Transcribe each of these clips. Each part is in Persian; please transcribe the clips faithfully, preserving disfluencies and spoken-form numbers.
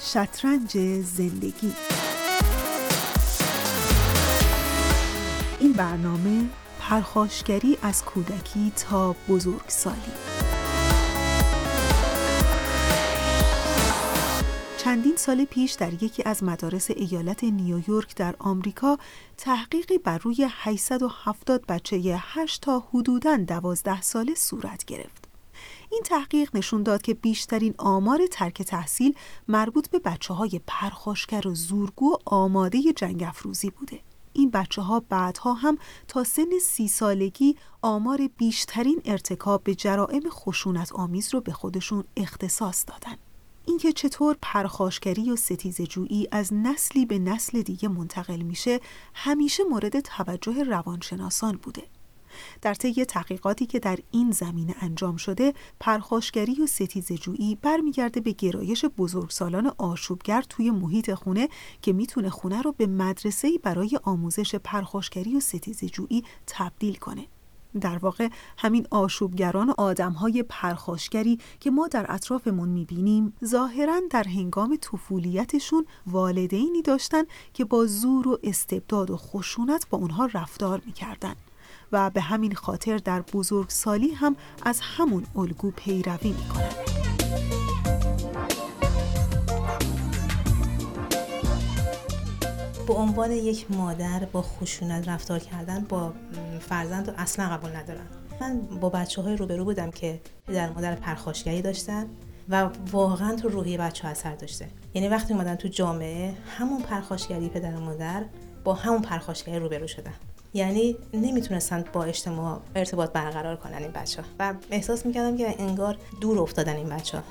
شطرنج زندگی. این برنامه پرخاشگری از کودکی تا بزرگسالی. چندین سال پیش در یکی از مدارس ایالت نیویورک در آمریکا تحقیقی بر روی هشتصد و هفتاد بچه هشت تا حدوداً دوازده ساله صورت گرفت. این تحقیق نشون داد که بیشترین آمار ترک تحصیل مربوط به بچه‌های پرخاشگر و زورگو آماده جنگ افروزی بوده. این بچه‌ها بعدها هم تا سن سی سالگی آمار بیشترین ارتکاب به جرائم خشونت آمیز رو به خودشون اختصاص دادن. اینکه چطور پرخاشگری و ستیزه‌جویی از نسلی به نسل دیگه منتقل میشه همیشه مورد توجه روانشناسان بوده. در طی تحقیقاتی که در این زمینه انجام شده، پرخاشگری و ستیزه‌جویی برمیگرده به گرایش بزرگسالان آشوبگر توی محیط خونه که میتونه خونه رو به مدرسه‌ای برای آموزش پرخاشگری و ستیزه‌جویی تبدیل کنه. در واقع همین آشوبگران و آدم‌های پرخاشگری که ما در اطرافمون می‌بینیم ظاهراً در هنگام طفولیتشون والدینی داشتن که با زور و استبداد و خشونت با اونها رفتار می‌کردن و به همین خاطر در بزرگسالی هم از همون الگو پیروی می‌کنن. به عنوان یک مادر با خشونت رفتار کردن با فرزند رو اصلا قبول ندارم. من با بچه‌های روبرو بودم که پدر مادر پرخاشگری داشتن و واقعا تو روحیه بچه‌ها اثر داشته. یعنی وقتی اومدن تو جامعه همون پرخاشگری پدر مادر با همون پرخاشگری روبرو شدن. یعنی نمیتونستن با اجتماع ارتباط برقرار کنن این بچه‌ها و احساس می‌کردم که انگار دور افتادن این بچه‌ها.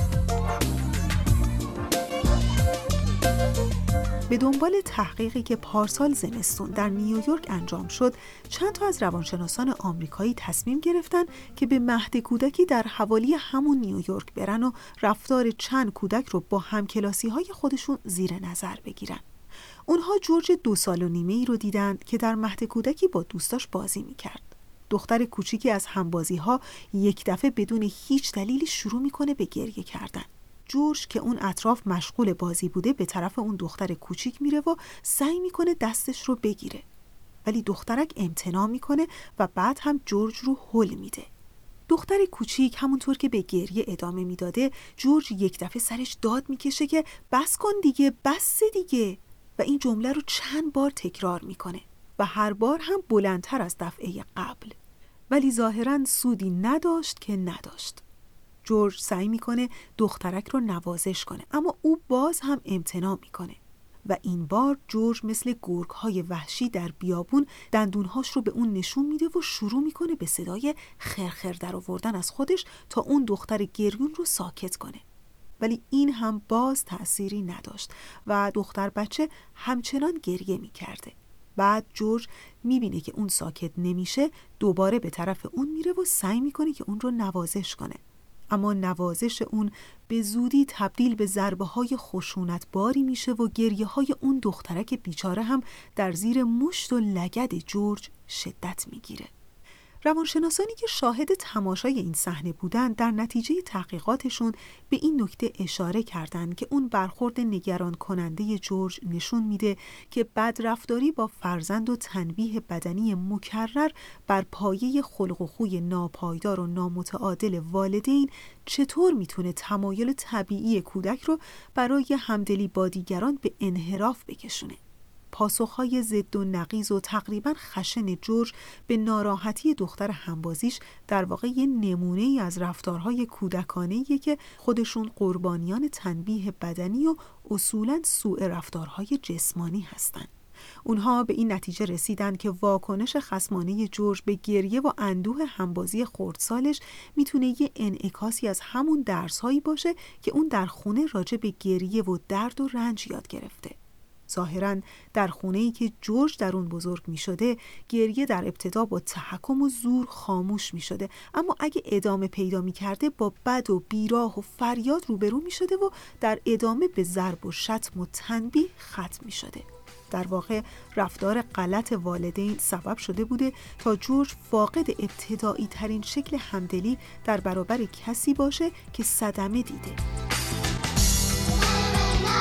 به دنبال تحقیقی که پارسال زمستون در نیویورک انجام شد، چند تا از روانشناسان آمریکایی تصمیم گرفتن که به مهد کودکی در حوالی همون نیویورک برن و رفتار چند کودک رو با همکلاسی‌های خودشون زیر نظر بگیرن. اونها جورج دو سال و نیمه ای رو دیدن که در مهد کودکی با دوستاش بازی میکرد. دختر کوچیکی از همبازی‌ها یک دفعه بدون هیچ دلیلی شروع میکنه به گریه کردن. جورج که اون اطراف مشغول بازی بوده به طرف اون دختر کوچیک میره و سعی میکنه دستش رو بگیره، ولی دخترک امتناع میکنه و بعد هم جورج رو هل میده. دختر کوچیک همونطور که به گریه ادامه میداده، جورج یک دفعه سرش داد میکشه که بس کن دیگه، بس دیگه، و این جمله رو چند بار تکرار میکنه و هر بار هم بلندتر از دفعه قبل، ولی ظاهراً سودی نداشت که نداشت. جورج سعی میکنه دخترک رو نوازش کنه، اما او باز هم امتناع میکنه و این بار جورج مثل گرگ‌های وحشی در بیابون دندونهاش رو به اون نشون میده و شروع میکنه به صدای خرخر در آوردن از خودش تا اون دختر گریون رو ساکت کنه. ولی این هم باز تأثیری نداشت و دختر بچه همچنان گریه میکرده. بعد جورج میبینه که اون ساکت نمیشه، دوباره به طرف اون میره و سعی میکنه که اون رو نوازش کنه، اما نوازش اون به زودی تبدیل به ضربه های خشونت باری میشه و گریه های اون دخترک بیچاره هم در زیر مشت و لگد جورج شدت میگیره. روانشناسانی که شاهد تماشای این صحنه بودن در نتیجه تحقیقاتشون به این نکته اشاره کردند که اون برخورد نگران کننده جورج نشون میده که بدرفتاری با فرزند و تنبیه بدنی مکرر بر پایه خلق و خوی ناپایدار و نامتعادل والدین چطور میتونه تمایل طبیعی کودک رو برای همدلی با دیگران به انحراف بکشونه. پاسخهای ضد و نقیض و تقریباً خشن جورج به ناراحتی دختر همبازیش در واقع یه نمونه‌ای از رفتارهای کودکانه‌ایه که خودشون قربانیان تنبیه بدنی و اصولاً سوء رفتارهای جسمانی هستن. اونها به این نتیجه رسیدن که واکنش خصمانه جورج به گریه و اندوه همبازی خردسالش میتونه یه انعکاسی از همون درس‌هایی باشه که اون در خونه راجع به گریه و درد و رنج یاد گرفته. ظاهراً در خونه‌ای که جورج در اون بزرگ می شده، گریه در ابتدا با تحکم و زور خاموش می شده، اما اگه ادامه پیدا می کرده با بد و بیراه و فریاد روبرو می شده و در ادامه به ضرب و شتم و تنبیه ختم می شده. در واقع رفتار غلط والدین سبب شده بوده تا جورج فاقد ابتدایی ترین شکل همدلی در برابر کسی باشه که صدمه دیده.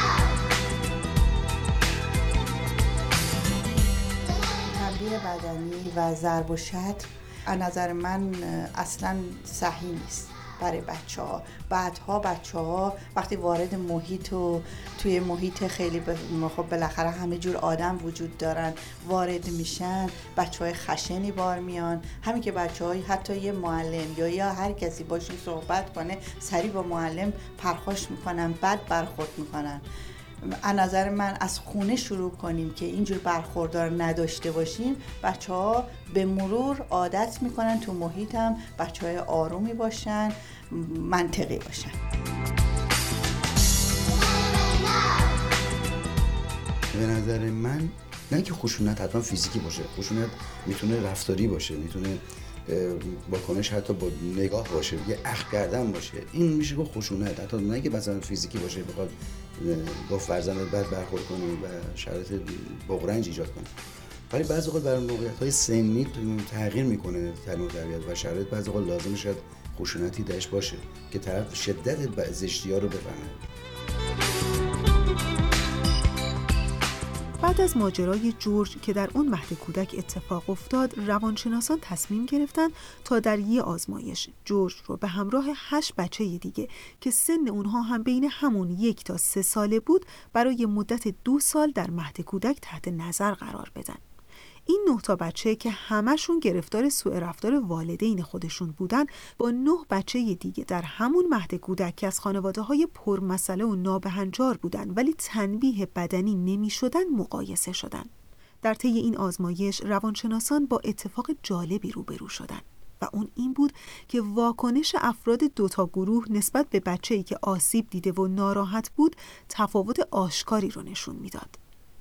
تنبیه بدنی و ضرب و شتم از نظر من اصلا صحیح نیست برای بچه ها. بعدها بچه ها وقتی وارد محیط و توی محیط خیلی ب... خب بالاخره همه جور آدم وجود دارن، وارد میشن، بچه های خشنی بار میان. همین که بچه های حتی یه معلم یا یا هر کسی باشون صحبت کنه سریع با معلم پرخاش میکنن، بد برخورد میکنن. از نظر من از خونه شروع کنیم که اینجور برخوردار نداشته باشیم، بچه ها به مرور عادت میکنن تو محیط هم بچه های آرومی باشن، منطقی باشن. به نظر من نه که خشونت حتما فیزیکی باشه، خشونت میتونه رفتاری باشه، میتونه واکنش حتی با نگاه باشه، یه اخم کردن باشه، این میشه که خشونت. حتی نه که مثلا فیزیکی باشه بخواد با فرزندت بد برخورد کنه و شرایط بغرنج ایجاد کنه. ولی بعضی وقت برای موقعیت‌های سنی تغییر میکنه تعلیم و تربیت و شرایط، بعضی وقت لازم شاید خشونتی درش باشه که طرف شدت زشتی‌ها رو بفهمه. بعد از ماجرای جورج که در اون مهد کودک اتفاق افتاد، روانشناسان تصمیم گرفتن تا در یه آزمایش جورج رو به همراه هشت بچه دیگه که سن اونها هم بین همون یک تا سه ساله بود برای مدت دو سال در مهد کودک تحت نظر قرار بدن. این نه تا بچه که همشون گرفتار سوء رفتار والدین خودشون بودن با نه بچه دیگه در همون مهد کودک که از خانواده‌های پرمسئله و نابهنجار بودن ولی تنبیه بدنی نمی شدن مقایسه شدن. در طی این آزمایش روانشناسان با اتفاق جالبی روبرو شدن و اون این بود که واکنش افراد دوتا گروه نسبت به بچه‌ای که آسیب دیده و ناراحت بود تفاوت آشکاری رو نشون میداد.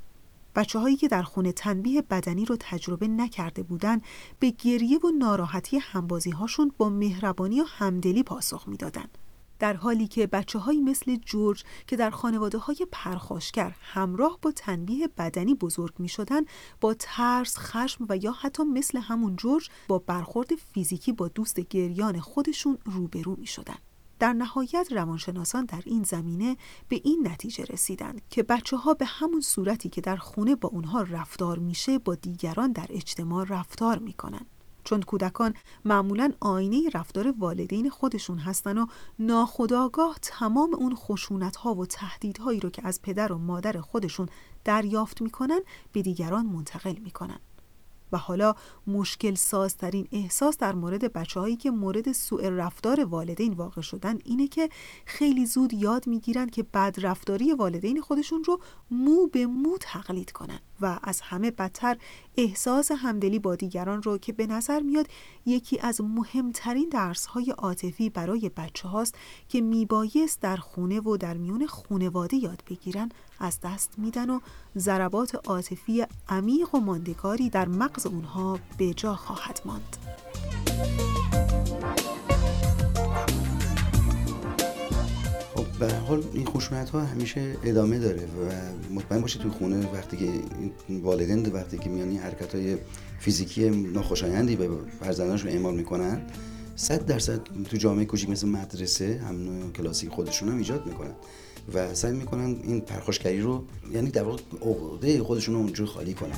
بچه هایی که در خونه تنبیه بدنی رو تجربه نکرده بودن به گریه و ناراحتی همبازی هاشون با مهربانی و همدلی پاسخ می دادن. در حالی که بچه هایی مثل جورج که در خانواده های پرخاشگر همراه با تنبیه بدنی بزرگ می شدن با ترس، خشم و یا حتی مثل همون جورج با برخورد فیزیکی با دوست گریان خودشون روبرو می شدن. در نهایت روانشناسان در این زمینه به این نتیجه رسیدند که بچه‌ها به همون صورتی که در خونه با اونها رفتار میشه با دیگران در اجتماع رفتار میکنن. چون کودکان معمولاً آینه رفتار والدین خودشون هستن و ناخودآگاه تمام اون خشونت‌ها و تهدیدهایی رو که از پدر و مادر خودشون دریافت میکنن به دیگران منتقل میکنن. و حالا مشکل سازترین احساس در مورد بچه‌هایی که مورد سوء رفتار والدین واقع شدن اینه که خیلی زود یاد میگیرن که بد رفتاری والدین خودشون رو مو به مو تقلید کنن و از همه بدتر احساس همدلی با دیگران رو که به نظر میاد یکی از مهمترین درس‌های عاطفی برای بچه‌هاست که میبایست در خونه و در میون خانواده یاد بگیرن از دست میدن و ضربات عاطفی عمیق و ماندگاری در مغز اونها به جا خواهد ماند. خب به هر حال این خشونت‌ها همیشه ادامه داره و مطمئن باشید توی خونه وقتی که والدین وقتی که میان این حرکت‌های فیزیکی ناخوشایندی به فرزندانشون اعمال میکنن صد درصد تو جامعه کوچیک مثل مدرسه هم کلاسی خودشون هم ایجاد میکنن و سعی میکنن این پرخاشگری رو یعنی در واقع عقده خودشون رو اونجور خالی کنن.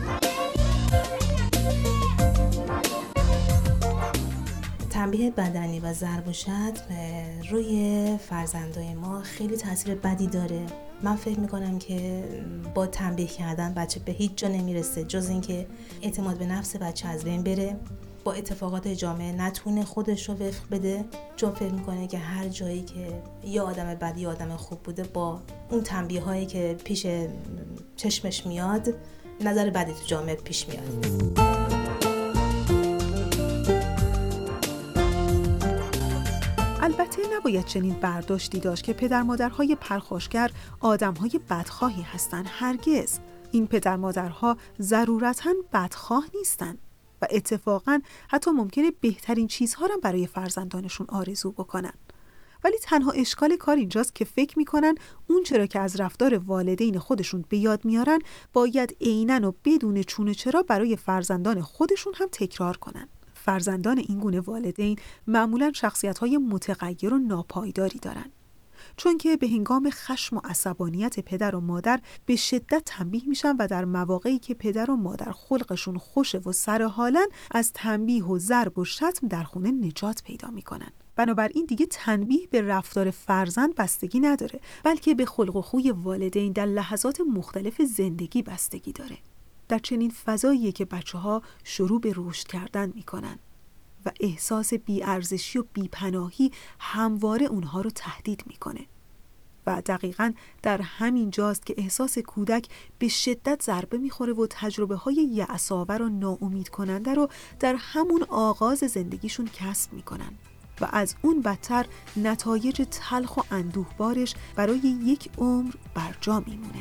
تنبیه بدنی و ضرب و شتم روی فرزندای ما خیلی تاثیر بدی داره. من فکر میکنم که با تنبیه کردن بچه به هیچ جا نمیرسه جز اینکه اعتماد به نفس بچه از بین بره، با اتفاقات جامعه نتونه خودش رو وفق بده، چون فکر میکنه که هر جایی که یه آدم بد یه آدم خوب بوده با اون تنبیه هایی که پیش چشمش میاد نظر بدی تو جامعه پیش میاد. البته نباید چنین برداشتی داشت که پدر مادرهای پرخاشگر آدمهای بدخواهی هستند. هرگز. این پدر مادرها ضرورتاً بدخواه نیستند و اتفاقاً حتی ممکنه بهترین چیزها را برای فرزندانشون آرزو بکنن. ولی تنها اشکال کار اینجاست که فکر میکنن اون چرا که از رفتار والدین خودشون به یاد میارن باید عیناً و بدون چونه چرا برای فرزندان خودشون هم تکرار کنن. فرزندان این گونه والدین معمولاً شخصیت‌های متغیر و ناپایداری دارن. چون که به هنگام خشم و عصبانیت پدر و مادر به شدت تنبیه میشن و در مواقعی که پدر و مادر خلقشون خوشه و سر حالن از تنبیه و ضرب و شتم در خونه نجات پیدا میکنن. بنابراین دیگه تنبیه به رفتار فرزند بستگی نداره، بلکه به خلق و خوی والدین در لحظات مختلف زندگی بستگی داره. در چنین فضاییه که بچه‌ها شروع به رشد کردن میکنن و احساس بی‌ارزشی و بی‌پناهی همواره اونها رو تهدید میکنه. و دقیقاً در همین جاست که احساس کودک به شدت ضربه میخوره و تجربه های یأس‌آور و ناامید کننده رو در همون آغاز زندگیشون کسب میکنن و از اون بدتر نتایج تلخ و اندوهبارش برای یک عمر برجا میمونه.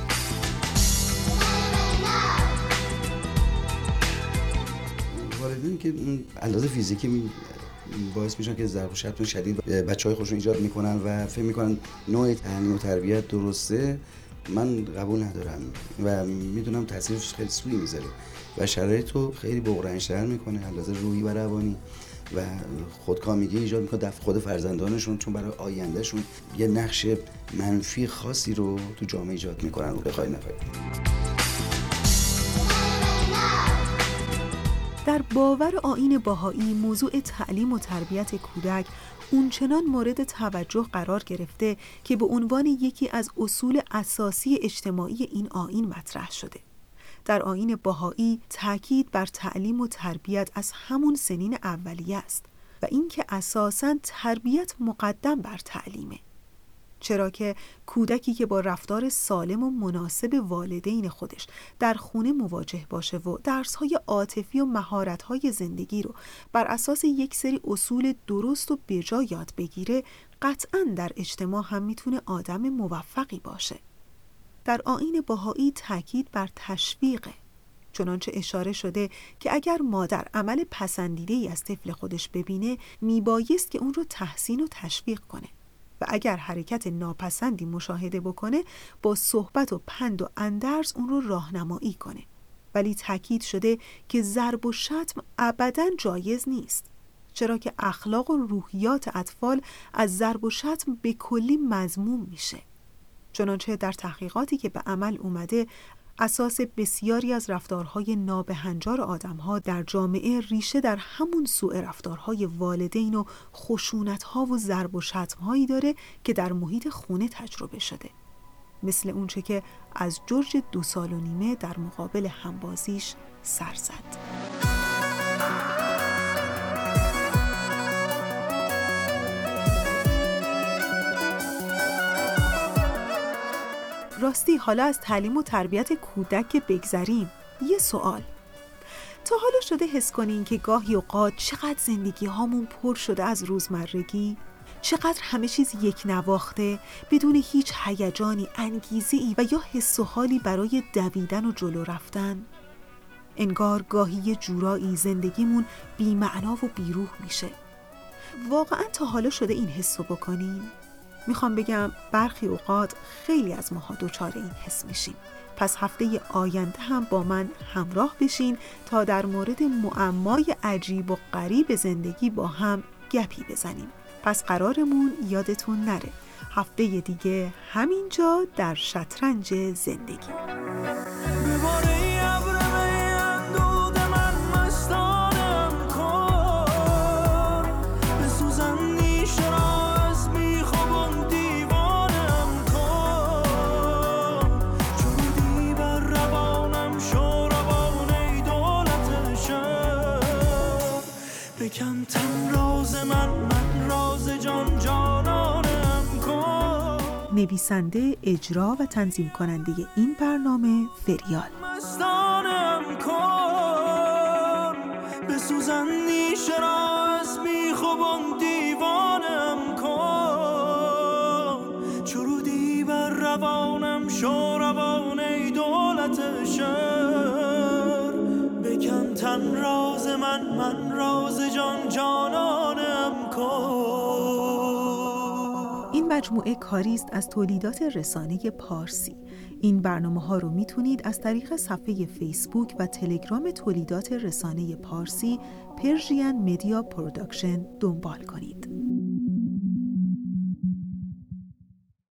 والدین که اون اندازه فیزیکی باعث میشن که ضرب و شتم شدید بچهای خودشون ایجاد میکنن و فکر میکنن نوع تعلیم و تربیت درسته. من قبول ندارم و میدونم تاثیرش خیلی سوی میذاره و شرایط رو خیلی بغرنج‌تر میکنه، اندازه روحی و روانی و خودکامگی ایجاد میکنه در خود فرزندانشون، چون برای آیندهشون یه نقش منفی خاصی رو تو جامعه ایجاد میکنن و بخوای نخوای. در باور آیین بهایی موضوع تعلیم و تربیت کودک اونچنان مورد توجه قرار گرفته که به عنوان یکی از اصول اساسی اجتماعی این آیین مطرح شده. در آیین بهایی تاکید بر تعلیم و تربیت از همون سنین اولیه است و اینکه اساساً تربیت مقدم بر تعلیمه. چرا که کودکی که با رفتار سالم و مناسب والدین خودش در خونه مواجه باشه و درس‌های عاطفی و مهارت‌های زندگی رو بر اساس یک سری اصول درست و بجا یاد بگیره، قطعاً در اجتماع هم میتونه آدم موفقی باشه. در آیین بهایی تاکید بر تشویقه، چنانچه اشاره شده که اگر مادر عمل پسندیده‌ای از طفل خودش ببینه، میبایست که اون رو تحسین و تشویق کنه و اگر حرکت ناپسندی مشاهده بکنه با صحبت و پند و اندرز اون رو راهنمایی کنه. ولی تاکید شده که ضرب و شتم ابداً جایز نیست، چرا که اخلاق و روحیات اطفال از ضرب و شتم به کلی مذموم میشه. چنانچه در تحقیقاتی که به عمل اومده، اساس بسیاری از رفتارهای نابهنجار آدم‌ها در جامعه ریشه در همون سوء رفتارهای والدین و خشونت‌ها و ضرب و شتم‌هایی داره که در محیط خونه تجربه شده، مثل اونچه که از جورج دو سال و نیمه در مقابل همبازیش سر زد. راستی حالا از تعلیم و تربیت کودک بگذریم، یه سوال: تا حالا شده حس کنین که گاهی اوقات چقدر زندگی هامون پر شده از روزمرگی؟ چقدر همه چیز یک نواخته، بدون هیچ هیجانی، انگیزه‌ای و یا حس و حالی برای دویدن و جلو رفتن؟ انگار گاهی یه جورایی زندگیمون بی‌معنا و بیروح میشه. واقعا تا حالا شده این حسو بکنین؟ میخوام بگم برخی اوقات خیلی از ماها دچار این حس میشیم. پس هفته آینده هم با من همراه بشین تا در مورد معمای عجیب و غریب زندگی با هم گپی بزنیم. پس قرارمون یادتون نره، هفته دیگه همینجا در شطرنج زندگی. نویسنده، اجرا و تنظیم کننده این برنامه فریال. مستانم کن بسوزن نیشه را از میخوابم دیوانم کن چرودی بر روانم شو روان ای دولت شهر بکن تن راز من من راز جان جانانم کن. این مجموعه کاری است از تولیدات رسانه پارسی. این برنامه ها رو میتونید از طریق صفحه فیسبوک و تلگرام تولیدات رسانه پارسی پرژین مدیا پروداکشن دنبال کنید.